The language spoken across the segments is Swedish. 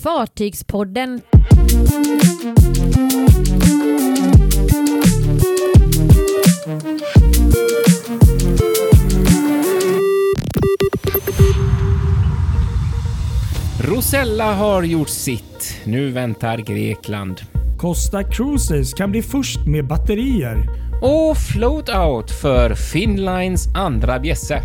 Fartygspodden. Rosella har gjort sitt. Nu väntar Grekland. Costa Cruises kan bli först med batterier. Och float out för Finnlines andra bjässe.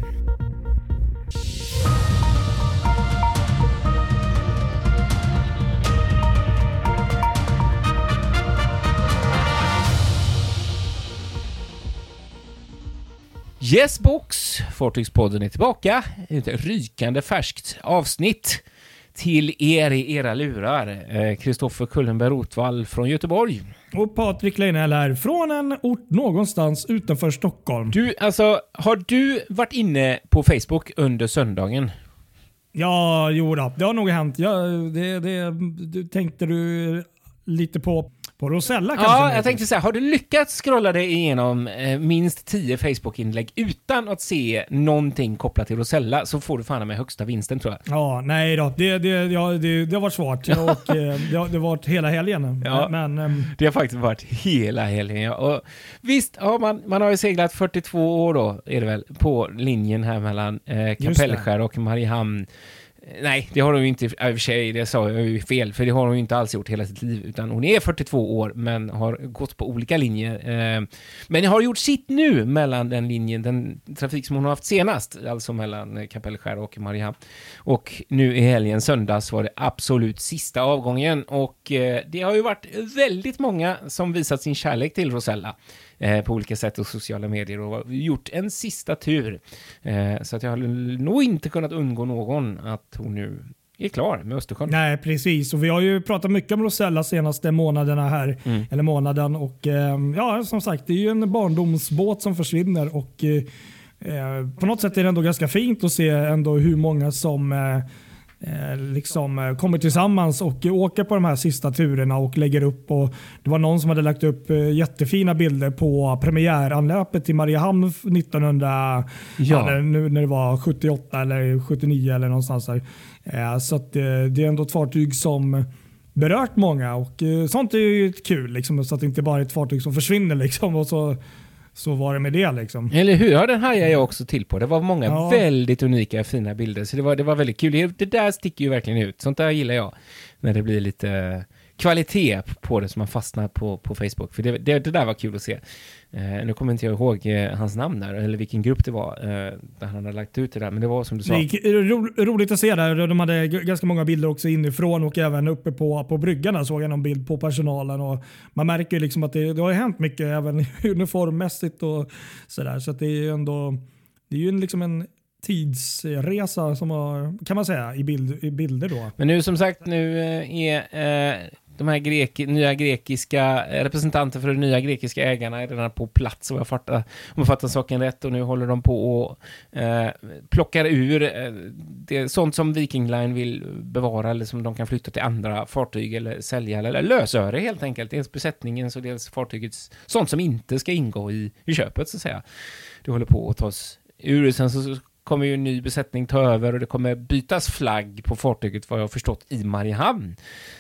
Yes box, Fartygspodden är tillbaka. Ett rykande färskt avsnitt till er i era lurar. Kristoffer Kullenberg-Rotvall från Göteborg. Och Patrik Leinell här från en ort någonstans utanför Stockholm. Du, alltså, har du varit inne på Facebook under söndagen? Ja, jo då. Det har nog hänt. Ja, det tänkte du lite på Rosella kanske? Ja, jag tänkte säga, har du lyckats scrolla dig igenom minst 10 Facebook-inlägg utan att se någonting kopplat till Rosella, så får du fan med högsta vinsten, tror jag. Ja, nej då. Det har varit svårt. Och det har varit hela helgen. Ja, men det har faktiskt varit hela helgen. Ja. Och visst, ja, man har ju seglat 42 år då, är det väl, på linjen här mellan Kapellskär och Mariehamn. Nej, det har hon ju inte i och för sig, det sa jag ju fel, för det har hon ju inte alls gjort hela sitt liv, utan hon är 42 år men har gått på olika linjer. Men har gjort sitt nu mellan den linjen, den trafik som hon har haft senast, alltså mellan Kapellskär och Mariehamn. Och nu i helgen söndags var det absolut sista avgången, och det har ju varit väldigt många som visat sin kärlek till Rosella på olika sätt och sociala medier och gjort en sista tur. Så att jag har nog inte kunnat undgå någon att hon nu är klar med Östersjön. Nej, precis. Och vi har ju pratat mycket om Rosella senaste månaderna här. Eller månaden. Och ja, som sagt, det är ju en barndomsbåt som försvinner. Och på något sätt är det ändå ganska fint att se ändå hur många som liksom kommer tillsammans och åker på de här sista turerna och lägger upp. Och det var någon som hade lagt upp jättefina bilder på premiäranlöpet till Mariehamn 1900 när det var 78 eller 79 eller någonstans där. Så att det är ändå ett fartyg som berört många, och sånt är ju kul liksom, så att det inte bara är ett fartyg som försvinner liksom, och så var det med det liksom. Eller hur? Ja, den här jag också till på. Det var många väldigt unika fina bilder. Så det var väldigt kul. Det där sticker ju verkligen ut. Sånt där gillar jag. När det blir lite kvalitet på det som man fastnar på Facebook. För det där var kul att se. Nu kommer inte jag ihåg hans namn där, eller vilken grupp det var där han hade lagt ut det där. Men det var som du sa. Det är roligt att se där. De hade ganska många bilder också inifrån, och även uppe på bryggarna såg jag någon bild på personalen. Och man märker ju liksom att det har hänt mycket även uniformmässigt och sådär. Så att det är ju ändå, det är ju liksom en tidsresa som har, kan man säga, i bilder då. Men nu som sagt, nu är de här nya grekiska representanter för de nya grekiska ägarna är redan på plats, och om jag fattar saken rätt, och nu håller de på och plockar ur det, sånt som Viking Line vill bevara, eller som de kan flytta till andra fartyg eller sälja, eller lösöre helt enkelt, dels besättningens och dels fartygets, sånt som inte ska ingå i köpet så att säga. Det håller på att tas ur. Sen så kommer ju en ny besättning ta över, och det kommer bytas flagg på fartyget, vad jag har förstått, i Mariehamn.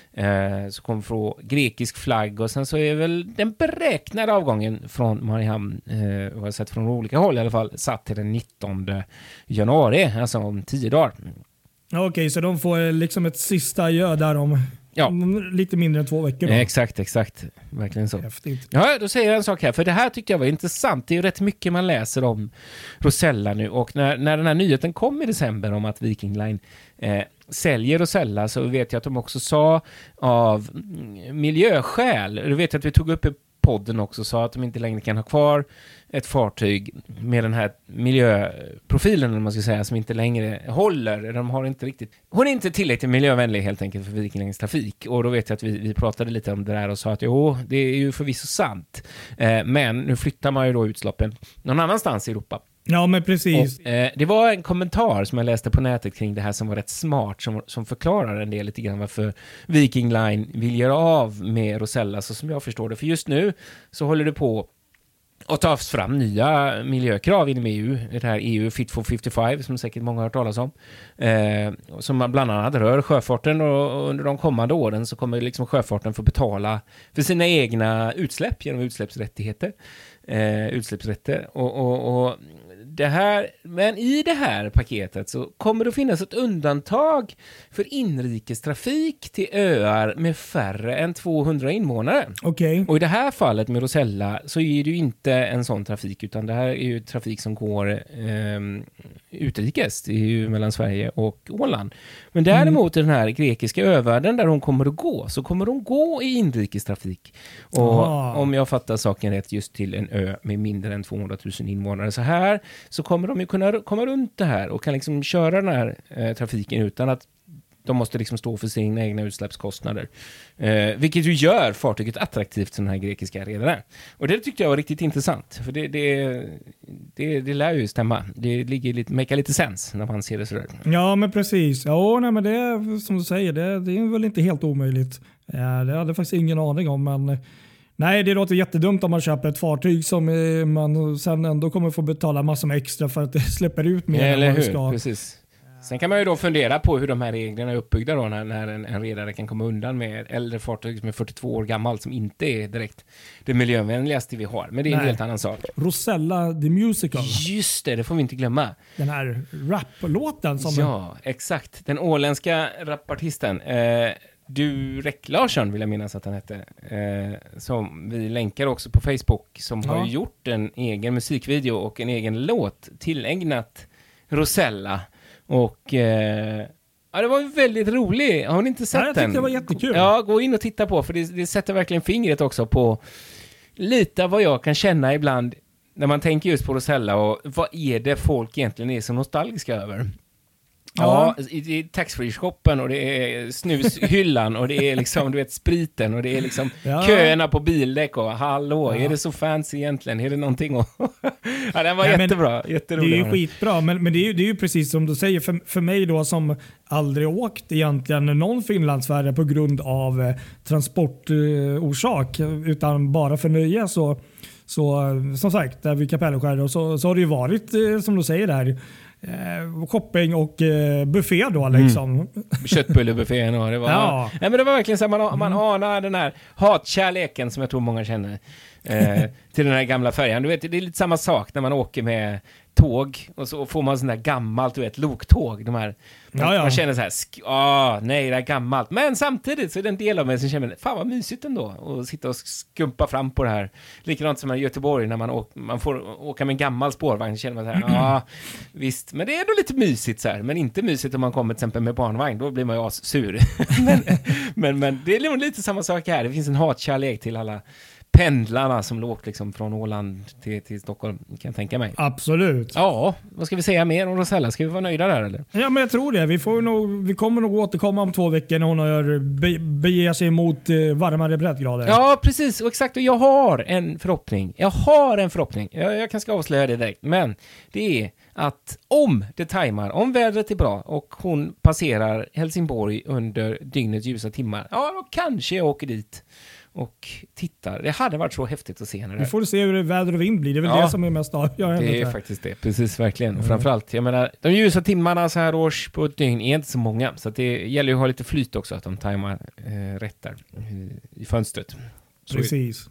Så kommer få grekisk flagg, och sen så är väl den beräknade avgången från Mariehamn, vad jag sett från olika håll i alla fall, satt till den 19 januari, alltså om 10 dagar. Okej, så de får liksom ett sista där om lite mindre än 2 veckor då. Exakt. Verkligen så. Häftigt. Ja, då säger jag en sak här, för det här tyckte jag var intressant. Det är ju rätt mycket man läser om Rosella nu, och när den här nyheten kom i december om att Viking Line säljer Rosella, så vet jag att de också sa av miljöskäl. Du vet att vi tog upp i podden också, sa att de inte längre kan ha kvar ett fartyg med den här miljöprofilen, om man ska säga, som inte längre håller. Hon är inte tillräckligt miljövänlig helt enkelt för Viking Lines trafik. Och då vet jag att vi pratade lite om det där och sa att det är ju förvisso sant. Men nu flyttar man ju då utsläppen någon annanstans i Europa. Ja, men precis. Och, det var en kommentar som jag läste på nätet kring det här som var rätt smart, som förklarar en del lite grann varför Viking Line vill göra av med Rosella, så som jag förstår det. För just nu så håller det på och tas fram nya miljökrav inom EU. Det här EU Fit for 55 som säkert många har hört talas om. Som bland annat rör sjöfarten, och under de kommande åren så kommer liksom sjöfarten få betala för sina egna utsläpp genom utsläppsrätter. Och det här, men i det här paketet så kommer det att finnas ett undantag för inrikestrafik till öar med färre än 200 invånare. Okej. Och i det här fallet med Rosella så är det ju inte en sån trafik, utan det här är ju trafik som går utrikes. Det är ju mellan Sverige och Åland. Men däremot i den här grekiska övärlden där hon kommer att gå, så kommer de gå i inrikestrafik. Och om jag fattar saken rätt, just till en ö med mindre än 200 000 invånare så här, så kommer de ju kunna komma runt det här och kan liksom köra den här trafiken utan att de måste liksom stå för sina egna utsläppskostnader. Vilket ju gör fartyget attraktivt för den här grekiska redaren. Och det tyckte jag var riktigt intressant. För det lär ju stämma. Det make lite sens när man ser det sådär. Ja, men precis. Ja, nej, men det är som du säger, det är väl inte helt omöjligt. Det hade jag faktiskt ingen aning om, men nej, det låter jättedumt om man köper ett fartyg som man sen ändå kommer få betala massor med extra för att det släpper ut mer än vad det ska. Precis. Sen kan man ju då fundera på hur de här reglerna är uppbyggda då, när en redare kan komma undan med ett äldre fartyg som är 42 år gammalt som inte är direkt det miljövänligaste vi har. Men det är en helt annan sak. Rosella the Musical. Just det får vi inte glömma. Den här rap-låten som... Ja, exakt. Den åländska rapartisten Durek Larsson vill jag minnas att han hette, som vi länkar också på Facebook, som har gjort en egen musikvideo och en egen låt tillägnat Rosella. Och det var ju väldigt rolig. Har ni inte sett den? Jag tyckte det var jättekul. Ja, gå in och titta på, för det sätter verkligen fingret också på lite vad jag kan känna ibland när man tänker just på Rosella, och vad är det folk egentligen är så nostalgiska över. Ja, i taxfree-shoppen, och det är snushyllan och det är liksom, du vet, spriten, och det är liksom köerna på bildäck och hallå, är det så fancy egentligen? Är det någonting att... Ja, den var jättebra, jätterolig. Det är ju skitbra, men det är ju precis som du säger, för mig då som aldrig åkt egentligen någon Finlandsfärja på grund av transportorsak, utan bara för nöje, så som sagt, där vid Kapellskär så har det ju varit, som du säger där, shopping och buffé då liksom. Köttbullebuffén, och det var nej, men det var verkligen så man anar den här hatkärleken som jag tror många känner till den här gamla färjan. Du vet, det är lite samma sak när man åker med tåg och så får man sån där gammalt, du vet, loktåg, de här man känner så här, nej, det är gammalt, men samtidigt så är det en del av mig som känner, fan vad mysigt ändå och sitta och skumpa fram på det här. Likadant som i Göteborg när man får åka med en gammal spårvagn, så känner man så här, visst, men det är ändå lite mysigt så här, men inte mysigt om man kommer till exempel med barnvagn, då blir man ju sur. men det är nog lite samma sak här. Det finns en hatkärlek till alla pendlarna som låg liksom från Åland till Stockholm, kan jag tänka mig. Absolut. Ja, vad ska vi säga mer om Rosella? Ska vi vara nöjda där eller? Ja, men jag tror det. Vi kommer nog återkomma om 2 veckor när hon beger sig mot varmare breddgrader. Ja, precis. Och exakt. Och jag har en förhoppning. Jag kanske ska avslöja det direkt. Men det är att om det tajmar, om vädret är bra och hon passerar Helsingborg under dygnets ljusa timmar, då kanske jag åker dit och tittar. Det hade varit så häftigt att se henne där. Vi får se hur väder och vind blir. Det är väl det som är mest avgörande. Det är faktiskt det. Precis, verkligen. Och framförallt, jag menar, de ljusa timmarna så här års på ett dygn är inte så många. Så att det gäller ju att ha lite flyt också, att de tajmar rätt där i fönstret. Precis.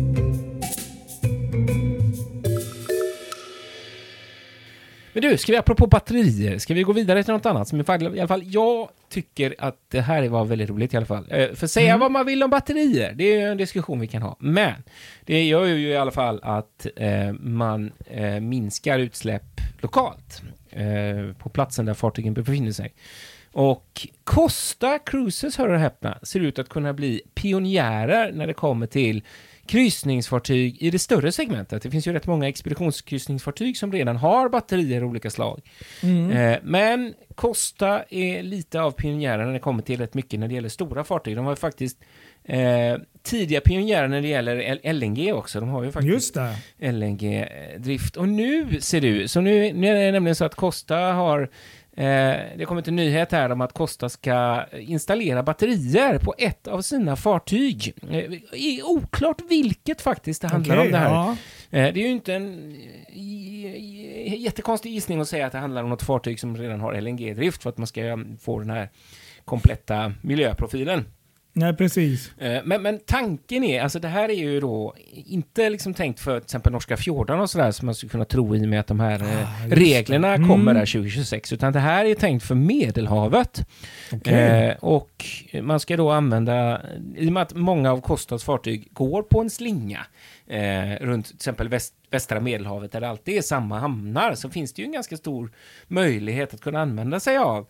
Men du, ska vi apropå batterier, ska vi gå vidare till något annat som i alla fall jag tycker att det här var väldigt roligt i alla fall. För säga vad man vill om batterier, det är ju en diskussion vi kan ha. Men det gör ju i alla fall att man minskar utsläpp lokalt på platsen där fartygen befinner sig. Och Costa Cruises, hör och häpna, ser ut att kunna bli pionjärer när det kommer till kryssningsfartyg i det större segmentet. Det finns ju rätt många expeditionskryssningsfartyg som redan har batterier av olika slag. Men Costa är lite av pionjärer när det kommer till rätt mycket när det gäller stora fartyg. De var ju faktiskt tidiga pionjärer när det gäller LNG också. De har ju faktiskt LNG-drift. Och nu ser du, så nu är det nämligen så att Costa har Det kommer till nyhet här om att Costa ska installera batterier på ett av sina fartyg. Det är oklart vilket faktiskt det handlar om det här. Ja. Det är ju inte en jättekonstig gissning att säga att det handlar om något fartyg som redan har LNG-drift för att man ska få den här kompletta miljöprofilen. Nej, precis. Men tanken är, alltså det här är ju då inte liksom tänkt för till exempel norska fjordarna och sådär som man skulle kunna tro i med att de här reglerna kommer där 2026, utan det här är tänkt för Medelhavet. Okay. Och man ska då använda, i och med att många av Costas fartyg går på en slinga runt till exempel västra Medelhavet där det alltid är samma hamnar, så finns det ju en ganska stor möjlighet att kunna använda sig av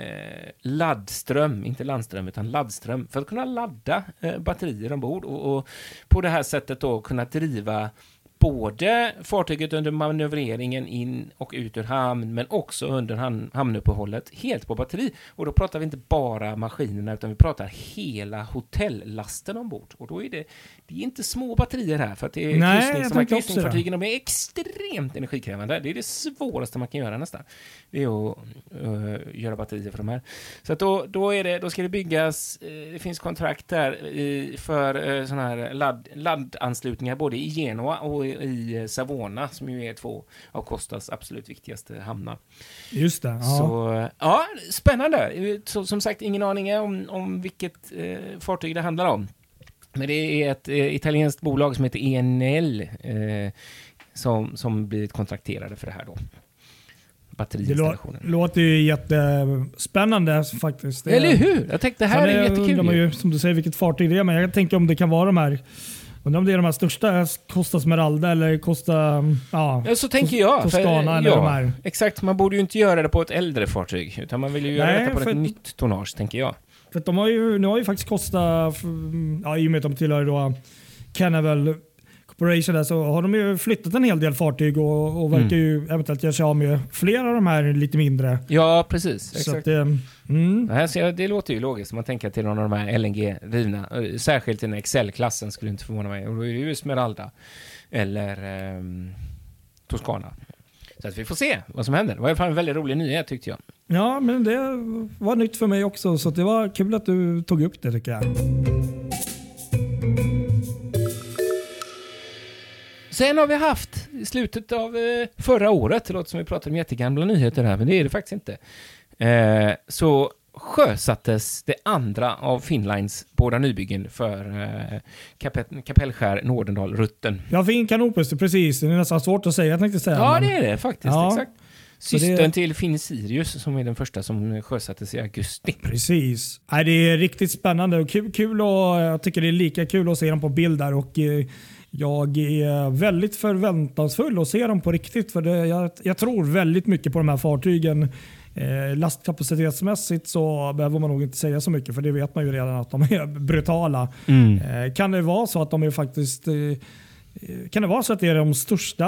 laddström, inte landström utan laddström, för att kunna ladda batterier ombord och på det här sättet då kunna driva både fartyget under manövreringen in och ut ur hamn, men också under hamnuppehållet helt på batteri. Och då pratar vi inte bara maskinerna, utan vi pratar hela hotellasten ombord. Och då är det är inte små batterier här, för att det är kryssningsfartygen, de är extremt energikrävande. Det är det svåraste man kan göra nästan. Det är att göra batterier för de här. Så att då ska det byggas, det finns kontrakt där för sådana här laddanslutningar både i Genoa och i Savona, som ju är två av Costas absolut viktigaste hamnar. Just det. Ja. Så ja, spännande. Så, som sagt, ingen aning om vilket fartyg det handlar om. Men det är ett italienskt bolag som heter Enel som blivit kontrakterade för det här då. Batteriinstallationen. Det låter ju jättespännande faktiskt. Eller hur? Jag tänkte det här är jättekul. Undrar man ju, som du säger, vilket fartyg det är, men jag tänker om det kan vara de här. Undrar om det är de här största, Costa Smeralda eller Costa så tänker jag. Toscana eller de här. Exakt, man borde ju inte göra det på ett äldre fartyg, utan man vill ju göra detta på ett nytt tonnage, tänker jag. För att nu har ju faktiskt Costa, i och med att de tillhör då Carnival Corporation där, så har de ju flyttat en hel del fartyg och verkar ju eventuellt göra sig av med flera av de här lite mindre. Ja, precis. Exakt. Så att, det låter ju logiskt. Man tänker till någon av de här LNG-drivna. Särskilt i den Excel-klassen skulle inte förvåna mig. Och då är det ju Smeralda eller Toscana. Så att vi får se vad som händer. Det var i alla fall en väldigt rolig nyhet, tyckte jag. Ja, men det var nytt för mig också. Så det var kul att du tog upp det, tycker jag. Sen har vi haft i slutet av förra året, det låter som vi pratar om jättegamla nyheter här, men det är det faktiskt inte. Så sjösattes det andra av Finnlines båda nybyggen för Kapellskär Nordendal-rutten. Ja, fin kanopus, precis. Det är nästan svårt att säga, jag tänkte säga. Ja, det är det faktiskt, ja. Exakt. Systern till Finn Sirius som är den första som sjösattes i augusti. Precis. Det är riktigt spännande och kul och jag tycker det är lika kul att se dem på bild där, och jag är väldigt förväntansfull att se dem på riktigt, för jag tror väldigt mycket på de här fartygen. Lastkapacitetsmässigt så behöver man nog inte säga så mycket, för det vet man ju redan att de är brutala. Kan det vara så att de är faktiskt kan det vara så att det är de största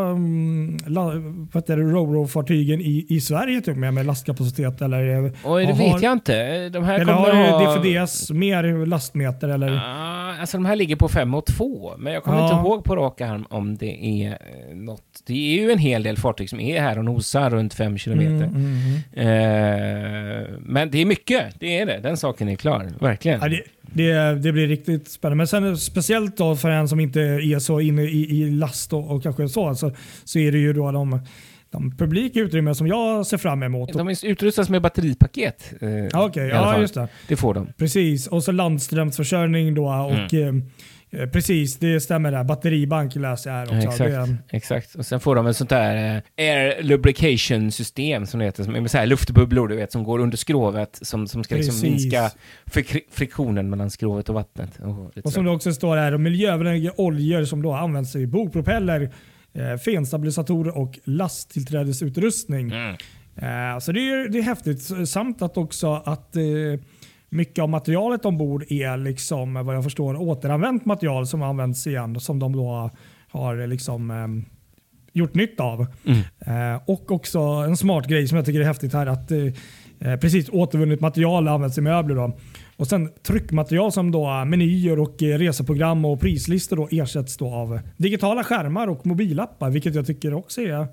ro-ro-fartygen i Sverige typ, med lastkapacitet? Eller, oj, det vet jag inte. De här eller har DFDS mer lastmeter? Eller? Alltså de här ligger på 5,2. Men jag kommer inte ihåg på rak arm om det är något. Det är ju en hel del fartyg som är här och nosar runt 5 kilometer. Men det är mycket. Det är det. Den saken är klar. Verkligen. Ja, det blir riktigt spännande. Men sen speciellt då för en som inte är så inne i last och kanske så är det ju då de publika utrymmen som jag ser fram emot. De utrustas med batteripaket. Okej, ja, just det. Det får de. Precis, och så landströmsförsörjning då och precis, det stämmer där. Batteribank läser jag här också. Exakt. Och sen får de ett sånt där air lubrication system som det heter, med så här luftbubblor du vet, som går under skrovet som ska liksom minska friktionen mellan skrovet och vattnet. Och som det också står här, miljövänliga oljor som då används i bogpropeller, fenstabilisatorer och lasttillträdesutrustning. Så det är häftigt. Samt att också att mycket av materialet ombord är liksom, vad jag förstår, återanvänt material som används igen, som de då har liksom gjort nytta av. Och också en smart grej som jag tycker är häftigt här, att precis återvunnet material används i möbler då. Och sen tryckmaterial som då menyer och reseprogram och prislistor då ersätts då av digitala skärmar och mobilappar, vilket jag tycker också är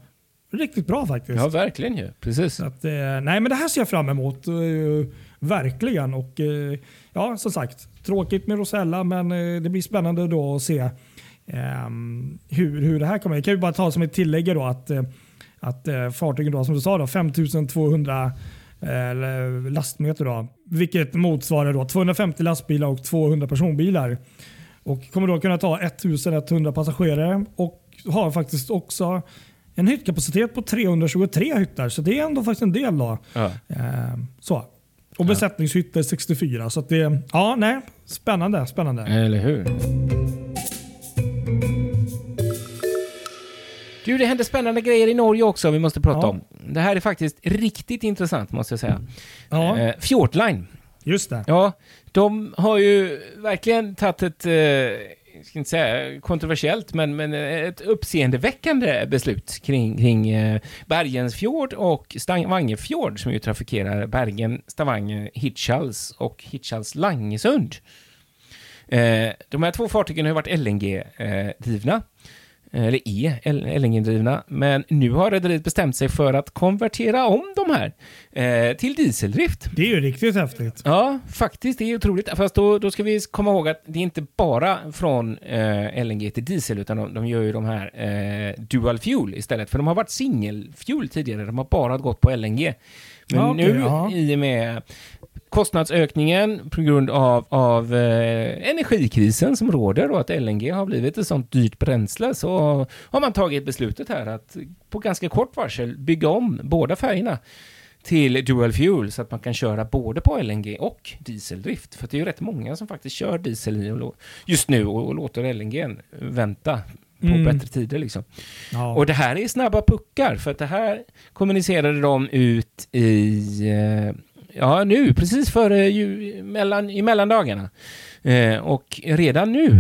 riktigt bra faktiskt. Ja, verkligen ju. Precis. Så att, nej, men det här ser jag fram emot. Verkligen. Och ja, som sagt, tråkigt med Rosella, men det blir spännande då att se hur det här kommer. Jag kan ju bara ta som ett tillägg då att fartygen då, som du sa då, 5200 lastmeter då, vilket motsvarar då 250 lastbilar och 200 personbilar. Och kommer då kunna ta 1100 passagerare och har faktiskt också en hyttkapacitet på 323 hytter. Så det är ändå faktiskt en del då. Ja. Så. Och besättningshytter 64. Så att det, ja, nej, spännande. Eller hur? Du, det händer spännande grejer i Norge också vi måste prata om. Det här är faktiskt riktigt intressant, måste jag säga. Ja. Fjordline. Just det. Ja, de har ju verkligen tagit ett, jag ska inte säga kontroversiellt, men ett uppseendeväckande beslut kring Bergensfjord och Stavangefjord, som ju trafikerar Bergen, Stavanger, Hirtshals och Hirtshals Langesund. De här 2 fartygen har ju varit LNG-drivna. Eller är LNG-drivna, men nu har rederiet bestämt sig för att konvertera om de här till dieseldrift. Det är ju riktigt häftigt. Ja, faktiskt, det är otroligt. Fast då ska vi komma ihåg att det är inte bara från LNG till diesel, utan de gör ju de här dual fuel istället. För de har varit single fuel tidigare, de har bara gått på LNG. Men nu i och med kostnadsökningen på grund av energikrisen som råder och att LNG har blivit ett sånt dyrt bränsle, så har man tagit beslutet här att på ganska kort varsel bygga om båda färgerna till dual fuel så att man kan köra både på LNG och dieseldrift. För det är ju rätt många som faktiskt kör diesel just nu och låter LNG vänta på bättre tider liksom. Ja. Och det här är snabba puckar, för att det här kommunicerade de ut i nu, precis före i mellandagarna. Och redan nu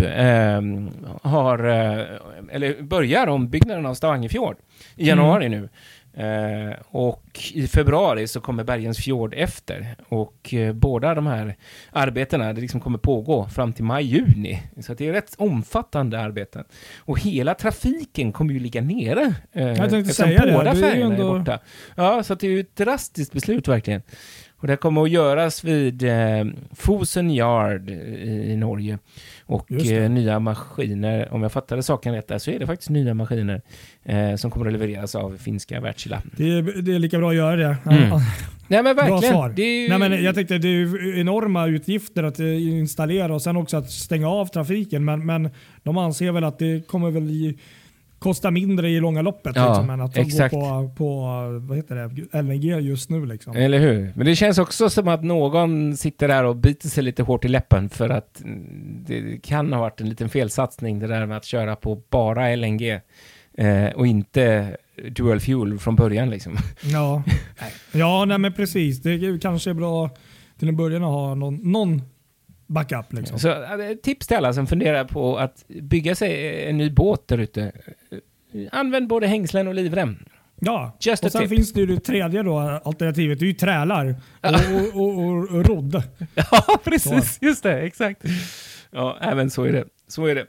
börjar ombyggnaden av Stavangefjord i januari nu. Och i februari så kommer Bergensfjord efter. Och båda de här arbetena, det liksom kommer pågå fram till maj-juni. Så att det är rätt omfattande arbeten. Och hela trafiken kommer ju ligga nere. Jag tänkte säga båda det. färgerna är borta. Ja, så att det är ju ett drastiskt beslut verkligen. Och det kommer att göras vid Fosen Yard i Norge. Och nya maskiner, om jag fattade saken rätt där, så är det faktiskt nya maskiner som kommer att levereras av finska Wärtsilä. Det är lika bra att göra det. Nej, men verkligen. Bra svar. Det är ju... Nej, men jag tänkte det är enorma utgifter att installera och sen också att stänga av trafiken. Men de anser väl att det kommer väl kosta mindre i långa loppet liksom, än att gå på vad heter det, LNG just nu. Liksom. Eller hur? Men det känns också som att någon sitter där och biter sig lite hårt i läppen, för att det kan ha varit en liten felsatsning det där med att köra på bara LNG och inte dual fuel från början. Liksom. Nej, men precis. Det kanske är bra till en början att ha någon backup. Liksom. Så tips till alla som funderar på att bygga sig en ny båt där ute. Använd både hängslen och livrem. Ja, och sen finns det ju det tredje då, alternativet. Det är ju trälar och rodd. Ja, precis. Så. Just det, exakt. Ja, även så är det. Så är det.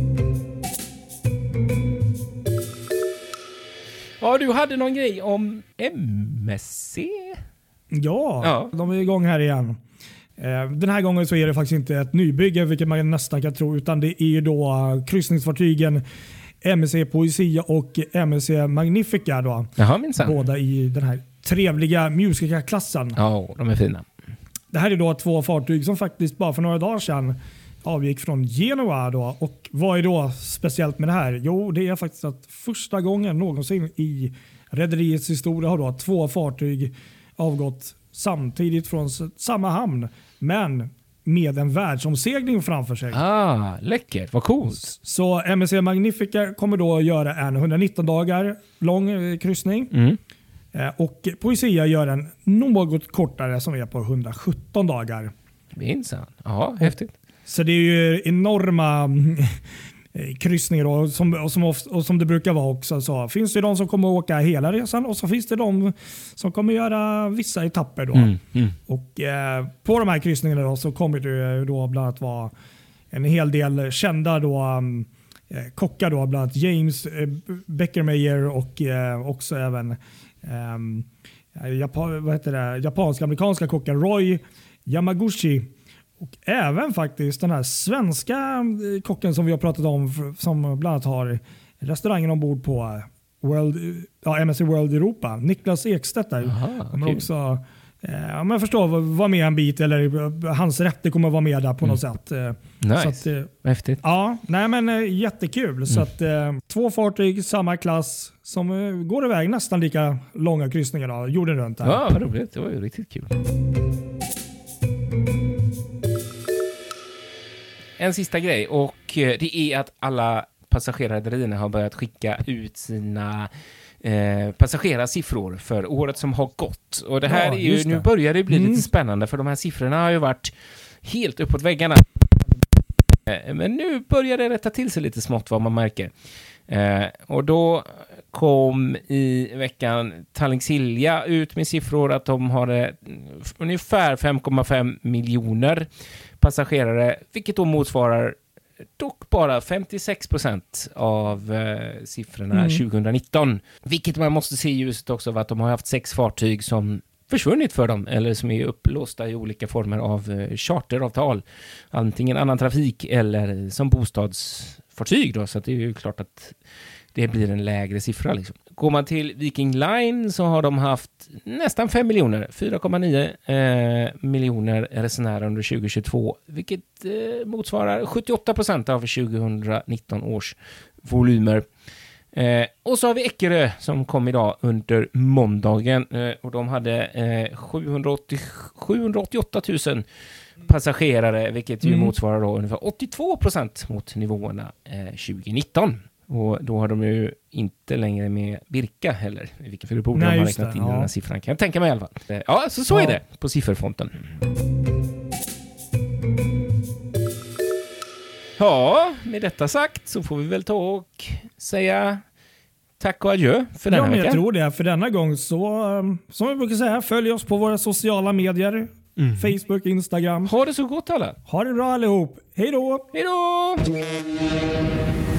Ja, du hade någon grej om MSC? Ja, de är igång här igen. Den här gången så är det faktiskt inte ett nybygge, vilket man nästan kan tro, utan det är ju då kryssningsfartygen MSC Poesia och MSC Magnifica då. Jaha, minsann. Båda i den här trevliga Musica-klassen. Ja, de är fina. Det här är då 2 fartyg som faktiskt bara för några dagar sedan avgick från Genoa då. Och vad är då speciellt med det här? Jo, det är faktiskt att första gången någonsin i rederiets historia har då 2 fartyg avgått samtidigt från samma hamn, men med en världsomsegling framför sig. Ah, läckert. Vad coolt. Så MSC Magnifica kommer då göra en 119 dagar lång kryssning. Och Poesia gör en något kortare som är på 117 dagar. Minsann. Ja, häftigt. Så det är ju enorma kryssningar då, som det brukar vara också. Så finns det de som kommer att åka hela resan och så finns det de som kommer göra vissa etapper då. Och på de här kryssningarna då så kommer det då bland annat vara en hel del kända då kockar då, bland annat James Beckermeyer och också även japanska-amerikanska kockar Roy Yamaguchi. Och även faktiskt den här svenska kocken som vi har pratat om, som bland annat har restaurangen ombord på MSC World Europa. Niklas Ekstedt där. Men också, om jag förstår, var med en bit, eller hans rätter kommer vara med där på något sätt. Nice. Så att, häftigt. Ja, nej men jättekul. Så att 2 fartyg, samma klass, som går iväg nästan lika långa kryssningar då, jorden runt där. Ja, vad roligt. Det var ju riktigt kul. En sista grej, och det är att alla passagerarrederierna har börjat skicka ut sina passagerarsiffror för året som har gått. Och det här är ju, nu börjar det bli lite spännande, för de här siffrorna har ju varit helt uppåt väggarna. Men nu börjar det rätta till sig lite smått, vad man märker. Och då kom i veckan Tallink Silja ut med siffror att de har ungefär 5,5 miljoner passagerare, vilket då motsvarar dock bara 56% av siffrorna 2019. Vilket man måste se just också av att de har haft 6 fartyg som försvunnit för dem, eller som är upplåsta i olika former av charteravtal. Antingen annan trafik eller som bostadsfartyg då, så att det är ju klart att det blir en lägre siffra liksom. Går man till Viking Line så har de haft nästan 5 miljoner, 4,9 miljoner resenärer under 2022, vilket motsvarar 78% av 2019 års volymer. Och så har vi Eckerö som kom idag under måndagen, och de hade 788 000 passagerare, vilket ju motsvarar då ungefär 82% mot nivåerna 2019. Och då har de ju inte längre med Birka heller, vilket för det borde de ha räknat in den här siffran, kan jag tänka mig i alla fall. Ja, så är det på sifferfonten. Ja, med detta sagt så får vi väl ta och säga tack och adjö för denna vecka. Jag tror det. För denna gång så, som vi brukar säga, följ oss på våra sociala medier. Facebook, Instagram. Ha det så gott alla. Ha det bra allihop. Hej då! Hej då!